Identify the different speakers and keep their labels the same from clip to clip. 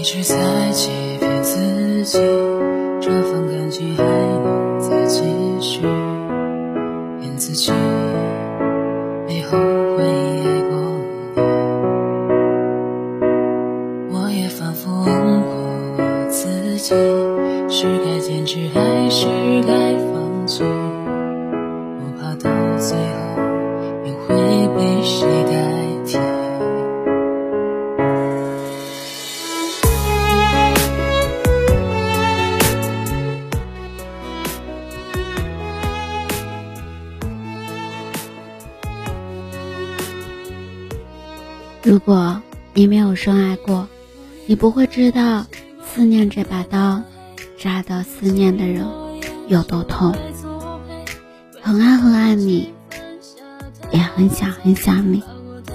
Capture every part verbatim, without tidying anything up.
Speaker 1: 直在欺骗自己，这份感情还能再继续，骗自己没后悔爱过你。我也反复问过我自己，是该坚持还是该放弃，我怕到最后又会被谁代替。
Speaker 2: 如果你没有深爱过，你不会知道思念这把刀扎得思念的人有多痛。很爱很爱你，也很想很想你。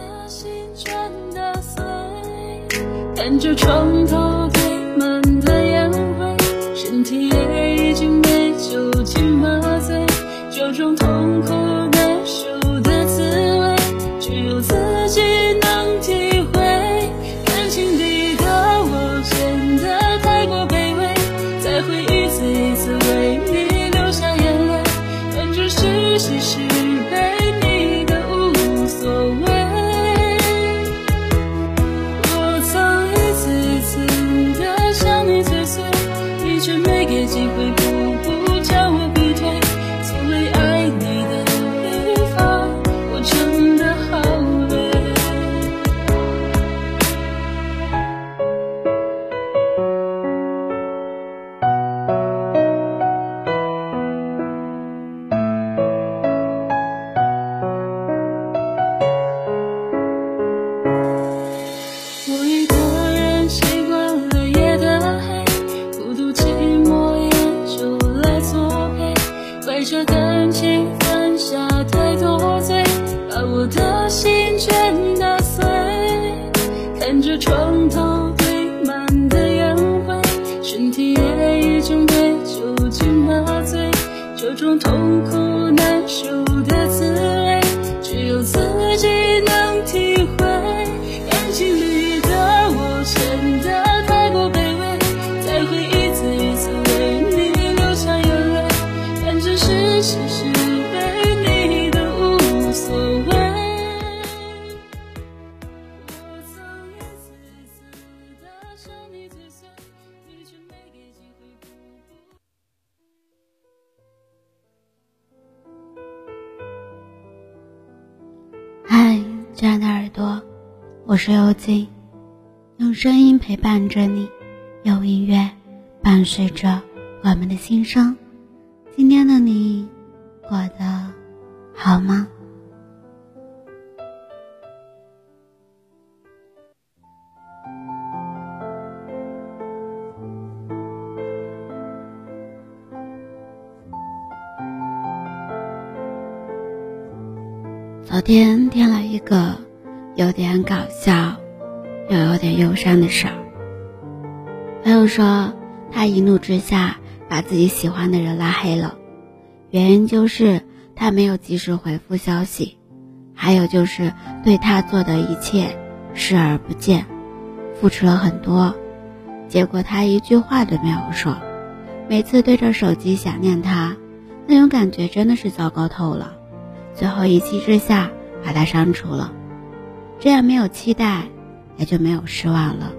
Speaker 1: 看着床头堆满的烟灰，身体也已经被酒精麻醉，这种痛苦难受的滋味，只有自己能体会。感情里的我真的太过卑微，才会一次一次为你流下眼泪，但这是喜是悲你的无所谓。我曾一次一次的向你追随，你却没给机会步步将我逼退。作为爱你的地方，我真的好累。我一个人习惯了夜的黑，孤独寂寞也就来作陪，怪这感情犯下太多罪，把我的心全打碎。看着床头堆满的烟灰，身体也已经被酒精麻醉，这种痛苦难受的滋味，只有自己能体会。感情里的我真的太过卑微，才会一次一次为你流下眼泪，但这是喜是悲你的无所谓。我曾一次一次的向你追随，你却没给机会步步。
Speaker 2: 嗨，亲爱的耳朵，我是幽静，用声音陪伴着你，用音乐伴随着我们的心声。今天的你过得好吗？昨天听了一个有点搞笑又有点忧伤的事儿。朋友说他一怒之下把自己喜欢的人拉黑了，原因就是他没有及时回复消息，还有就是对他做的一切视而不见，付出了很多，结果他一句话都没有说。每次对着手机想念他，那种感觉真的是糟糕透了，最后一气之下把他删除了，这样没有期待也就没有失望了。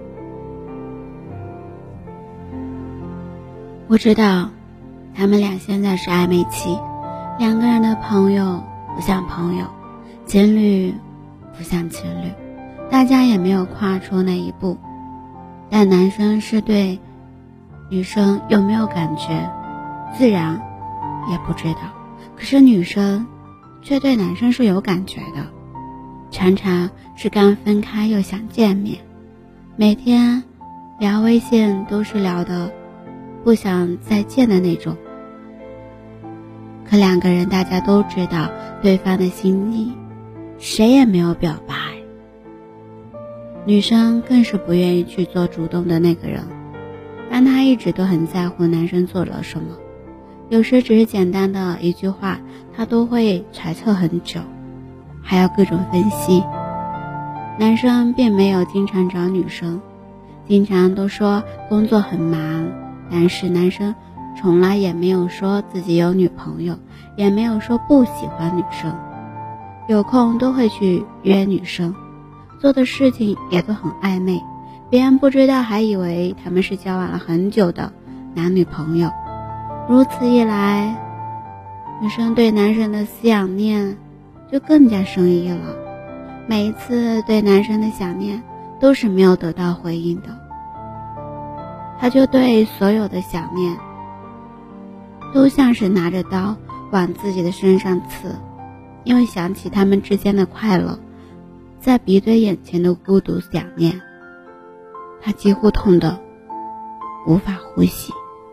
Speaker 2: 我知道他们俩现在是暧昧期，两个人的朋友不像朋友，情侣不像情侣，大家也没有跨出那一步。但男生是对女生有没有感觉自然也不知道，可是女生却对男生是有感觉的，常常是刚分开又想见面，每天聊微信都是聊的不想再见的那种。可两个人大家都知道对方的心意，谁也没有表白，女生更是不愿意去做主动的那个人，但她一直都很在乎男生做了什么，有时只是简单的一句话她都会揣测很久，还要各种分析。男生并没有经常找女生， 经常都说工作很忙，但是男生从来也没有说自己有女朋友，也没有说不喜欢女生，有空都会去约女生，做的事情也都很暧昧，别人不知道还以为他们是交往了很久的男女朋友。如此一来，女生对男生的想念就更加深意了，每一次对男生的想念都是没有得到回应的，她就对所有的想念都像是拿着刀往自己的身上刺，因为想起他们之间的快乐，在比对眼前的孤独想念，她几乎痛得无法呼吸。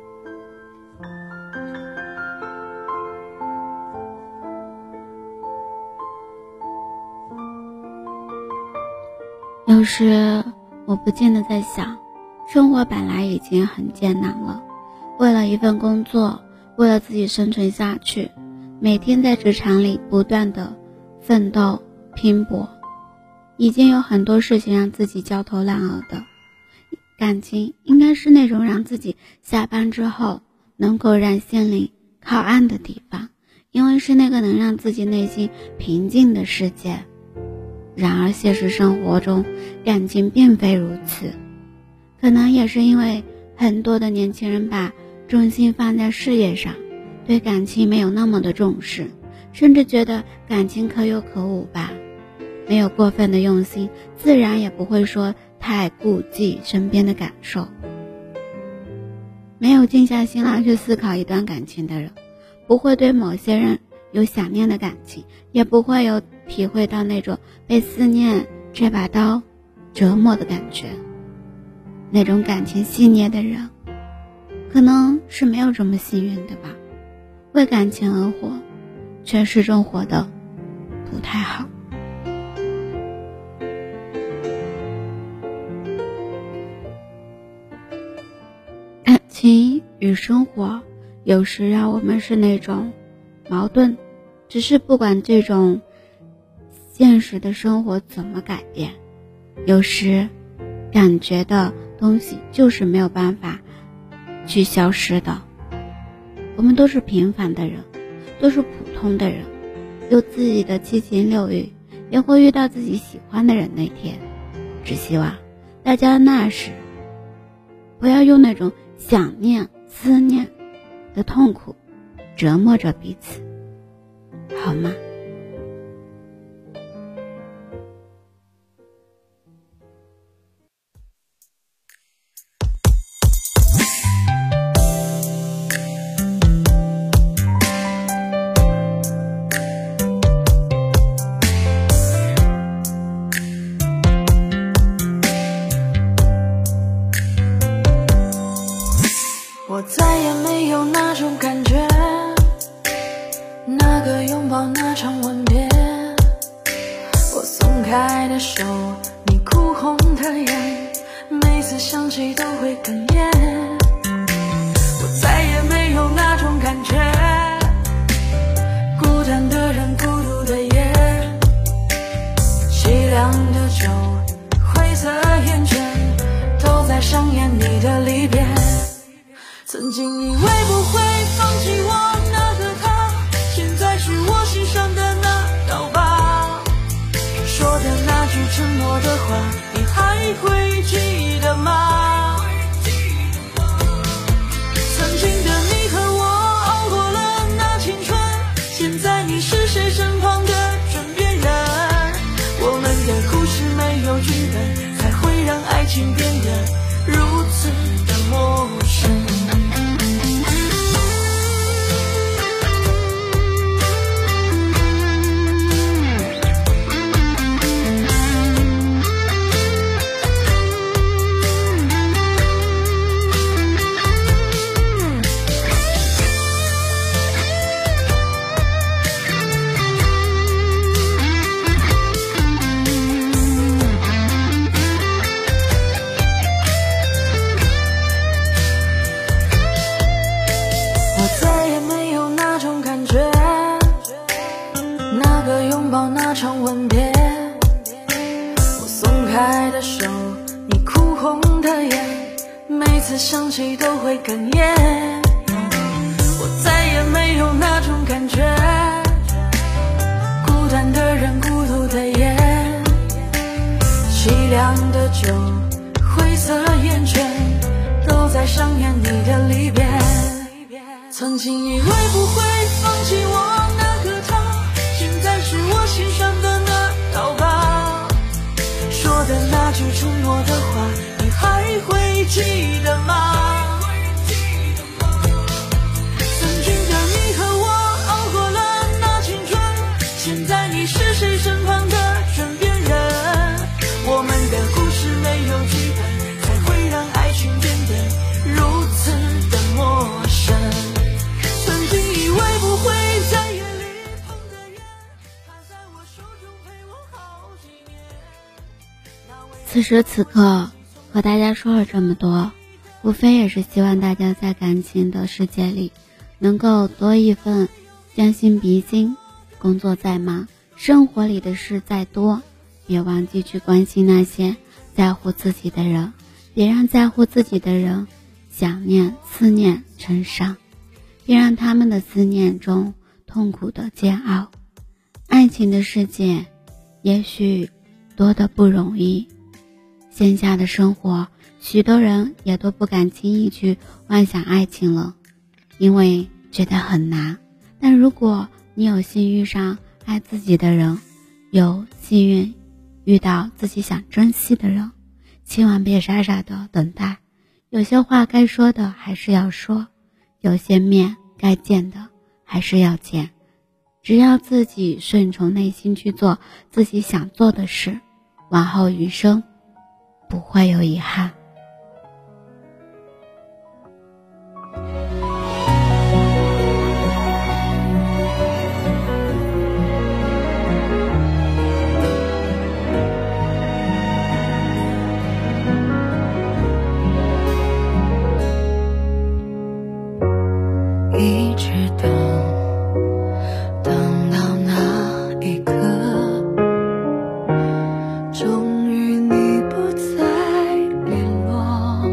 Speaker 2: 有时我不禁地在想，生活本来已经很艰难了，为了一份工作，为了自己生存下去，每天在职场里不断的奋斗拼搏，已经有很多事情让自己焦头烂额的。感情应该是那种让自己下班之后能够让心灵靠岸的地方，因为是那个能让自己内心平静的世界。然而现实生活中感情并非如此，可能也是因为很多的年轻人把重心放在事业上，对感情没有那么的重视，甚至觉得感情可有可无吧，没有过分的用心，自然也不会说太顾忌身边的感受。没有静下心来去思考一段感情的人，不会对某些人有想念的感情，也不会有体会到那种被思念这把刀折磨的感觉。那种感情细腻的人，可能是没有这么幸运的吧，为感情而活，却始终活得不太好。感情与生活有时让我们是那种矛盾，只是不管这种现实的生活怎么改变，有时感觉的东西就是没有办法去消失的。我们都是平凡的人，都是普通的人，有自己的七情六欲，也会遇到自己喜欢的人那天。只希望大家那时不要用那种想念思念的痛苦折磨着彼此，好吗？
Speaker 1: 我再也没有那种感觉，那个拥抱，那场吻别，我松开的手，你哭红的眼，每次想起都会哽咽。我再也没有那种感觉，孤单的人，孤独的夜，凄凉的酒，灰色烟圈，都在上演你的离别。曾经你会不会放弃我那个他，现在是我心上的那道疤，说的那句承诺的话，你还会记得吗？曾经的你和我熬过了那青春，现在你是谁身旁的枕边人，我们的故事没有剧本，才会让爱情变得如此的陌生。那场吻别，我松开的手，你哭红的眼，每次想起都会哽咽。我再也没有那种感觉，孤单的人，孤独的夜，凄凉的酒，灰色烟圈，都在上演你的离别。曾经以为不会放弃我那个他，现在是我心上的那道疤。说的那句承诺的话，你还会记得吗？曾经的你和我熬过了那青春，现在你是谁身旁的枕边人？我们的故事没有剧本，才会让爱情变得如此的陌生。曾经以为不会在夜里碰得见，他在我手中陪我好几年。
Speaker 2: 此时此刻和大家说了这么多，无非也是希望大家在感情的世界里能够多一份将心比心。工作再忙，生活里的事再多，别忘记去关心那些在乎自己的人，别让在乎自己的人想念思念成伤，别让他们的思念中痛苦的煎熬。爱情的世界也许多得不容易，线下的生活许多人也都不敢轻易去幻想爱情了，因为觉得很难。但如果你有幸遇上爱自己的人，有幸运遇到自己想珍惜的人，千万别傻傻的等待。有些话该说的还是要说，有些面该见的还是要见。只要自己顺从内心去做自己想做的事，往后余生不会有遗憾。
Speaker 1: 一直等，等到那一刻，终于你不再联络，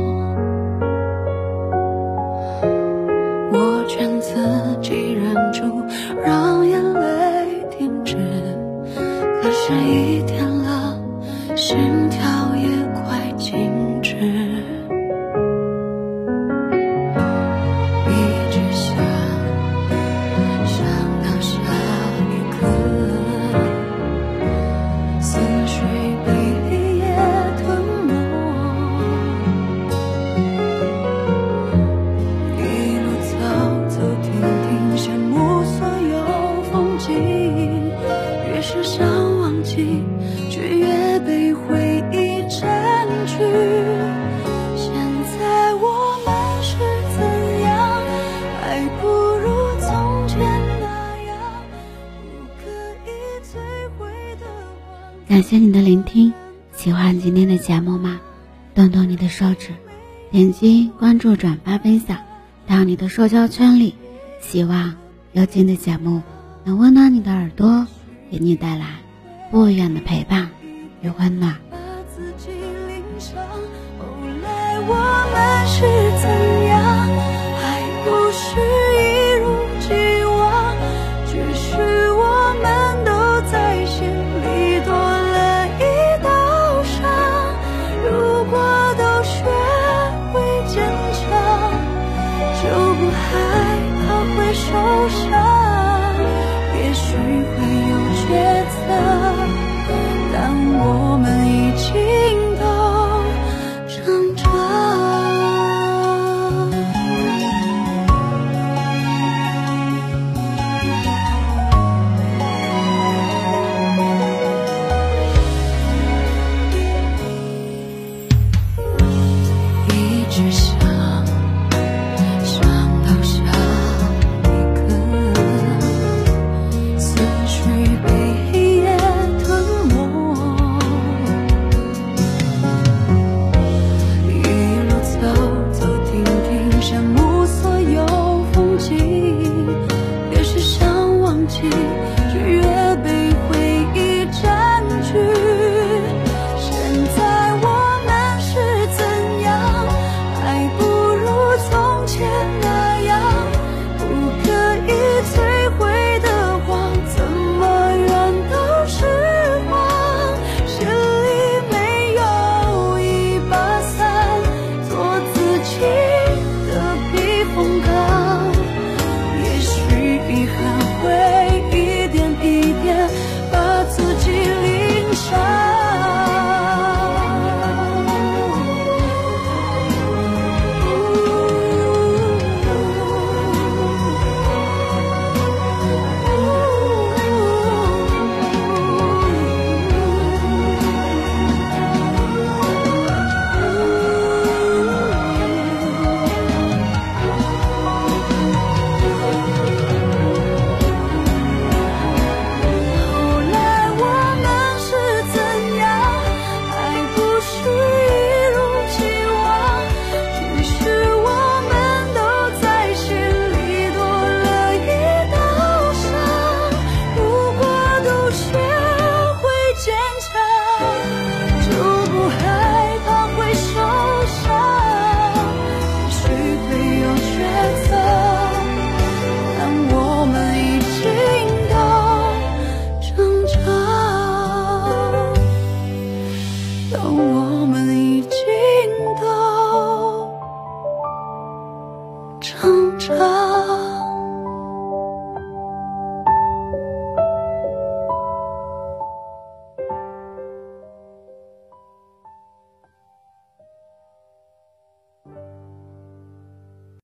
Speaker 1: 我劝自己忍住，让眼泪停止，可是一天了，心跳也快静止。却越被回忆占据。现在我们是怎样，还不如从前那样，不可以摧毁的忘记。
Speaker 2: 感谢你的聆听，喜欢今天的节目吗？动动你的手指，点击关注、转发、分享到你的社交圈里。希望有劲的节目能温暖你的耳朵，给你带来不一样的陪伴与温暖。
Speaker 1: 把自己淋上，后来我们是怎样，还不是一如既往，只是我们都在心里多了一道伤。如果都学会坚强，就不害怕会受伤，也许会有抉择，但我们雪。